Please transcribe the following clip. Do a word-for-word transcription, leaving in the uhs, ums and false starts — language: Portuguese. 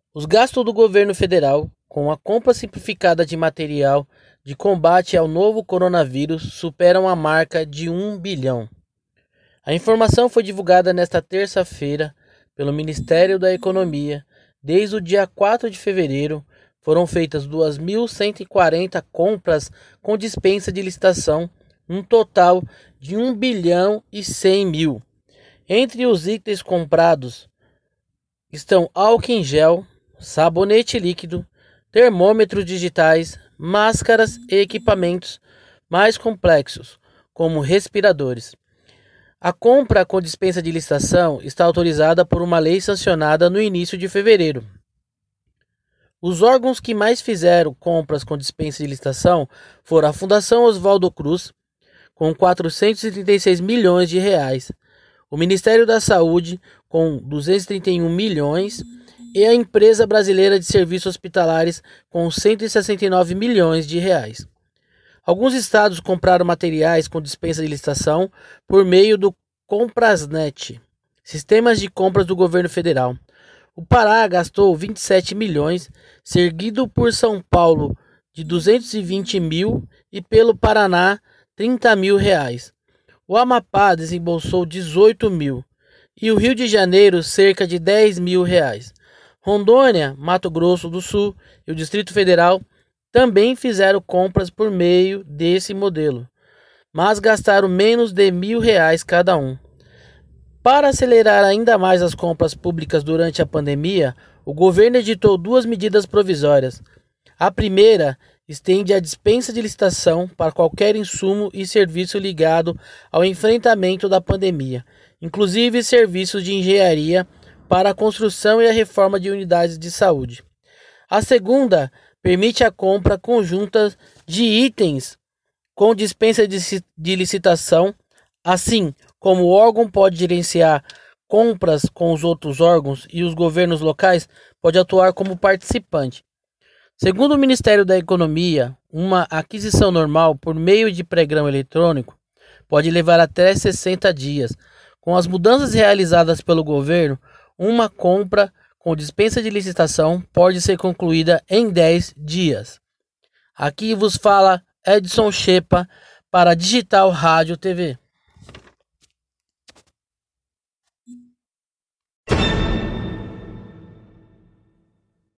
Os gastos do governo federal com a compra simplificada de material de combate ao novo coronavírus superam a marca de um bilhão. A informação foi divulgada nesta terça-feira pelo Ministério da Economia. Desde o dia quatro de fevereiro, foram feitas duas mil cento e quarenta compras com dispensa de licitação, um total de um bilhão e cem mil. Entre os itens comprados estão álcool em gel, sabonete líquido, termômetros digitais, máscaras e equipamentos mais complexos, como respiradores. A compra com dispensa de licitação está autorizada por uma lei sancionada no início de fevereiro. Os órgãos que mais fizeram compras com dispensa de licitação foram a Fundação Oswaldo Cruz, com quatrocentos e trinta e seis milhões de reais, o Ministério da Saúde, com duzentos e trinta e um milhões, e a Empresa Brasileira de Serviços Hospitalares, com cento e sessenta e nove milhões de reais. Alguns estados compraram materiais com dispensa de licitação por meio do Comprasnet, sistemas de compras do governo federal. O Pará gastou vinte e sete milhões, seguido por São Paulo de duzentos e vinte mil e pelo Paraná trinta mil reais. O Amapá desembolsou dezoito mil e o Rio de Janeiro cerca de dez mil reais. Rondônia, Mato Grosso do Sul e o Distrito Federal também fizeram compras por meio desse modelo, mas gastaram menos de mil reais cada um. Para acelerar ainda mais as compras públicas durante a pandemia, o governo editou duas medidas provisórias. A primeira estende a dispensa de licitação para qualquer insumo e serviço ligado ao enfrentamento da pandemia, inclusive serviços de engenharia para a construção e a reforma de unidades de saúde. A segunda permite a compra conjunta de itens com dispensa de licitação, assim como o órgão pode gerenciar compras com os outros órgãos e os governos locais pode atuar como participante. Segundo o Ministério da Economia, uma aquisição normal por meio de pregão eletrônico pode levar até sessenta dias. Com as mudanças realizadas pelo governo, uma compra com dispensa de licitação pode ser concluída em dez dias. Aqui vos fala Edson Shepa para Digital Rádio T V.